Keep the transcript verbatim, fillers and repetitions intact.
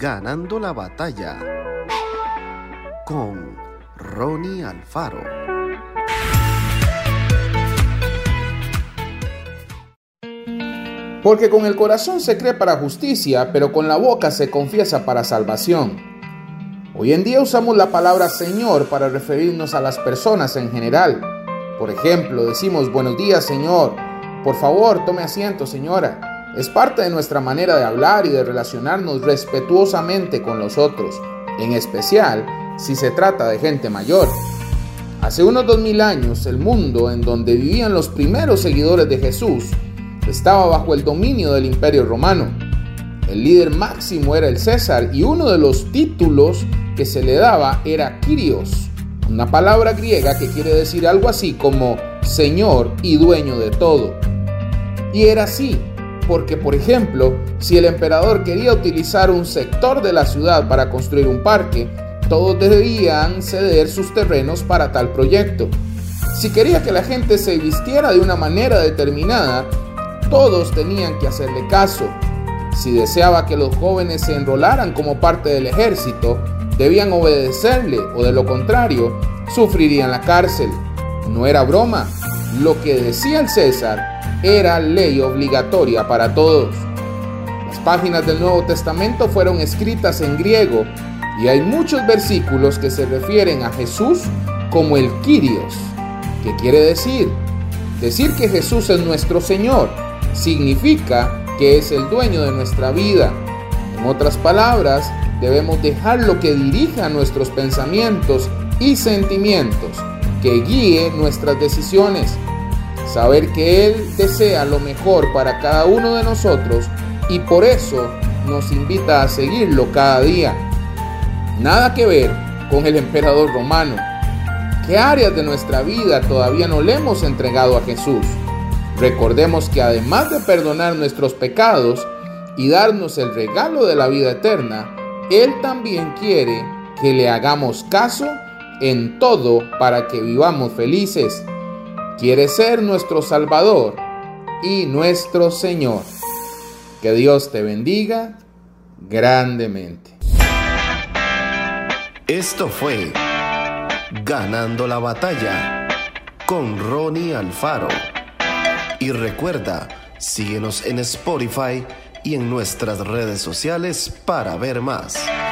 Ganando la batalla con Ronnie Alfaro. Porque con el corazón se cree para justicia, pero con la boca se confiesa para salvación. Hoy en día usamos la palabra Señor para referirnos a las personas en general. Por ejemplo, decimos buenos días, Señor. Por favor, tome asiento, señora. Es parte de nuestra manera de hablar y de relacionarnos respetuosamente con los otros, en especial si se trata de gente mayor. Hace unos dos mil años, el mundo en donde vivían los primeros seguidores de Jesús estaba bajo el dominio del Imperio Romano. El líder máximo era el César y uno de los títulos que se le daba era Kyrios, una palabra griega que quiere decir algo así como Señor y dueño de todo. Y era así, porque por ejemplo, si el emperador quería utilizar un sector de la ciudad para construir un parque, todos debían ceder sus terrenos para tal proyecto. Si quería que la gente se vistiera de una manera determinada, todos tenían que hacerle caso. Si deseaba que los jóvenes se enrolaran como parte del ejército, debían obedecerle o de lo contrario, sufrirían la cárcel. No era broma. Lo que decía el César era ley obligatoria para todos. Las páginas del Nuevo Testamento fueron escritas en griego y hay muchos versículos que se refieren a Jesús como el Kyrios. ¿Qué quiere decir? Decir que Jesús es nuestro Señor significa que es el dueño de nuestra vida. En otras palabras, debemos dejar lo que dirija nuestros pensamientos y sentimientos, que guíe nuestras decisiones. Saber que Él desea lo mejor para cada uno de nosotros y por eso nos invita a seguirlo cada día. Nada que ver con el emperador romano. ¿Qué áreas de nuestra vida todavía no le hemos entregado a Jesús? Recordemos que además de perdonar nuestros pecados y darnos el regalo de la vida eterna, Él también quiere que le hagamos caso en todo para que vivamos felices. Quiere ser nuestro Salvador y nuestro Señor. Que Dios te bendiga grandemente. Esto fue Ganando la batalla con Ronnie Alfaro. Y recuerda, síguenos en Spotify y en nuestras redes sociales para ver más.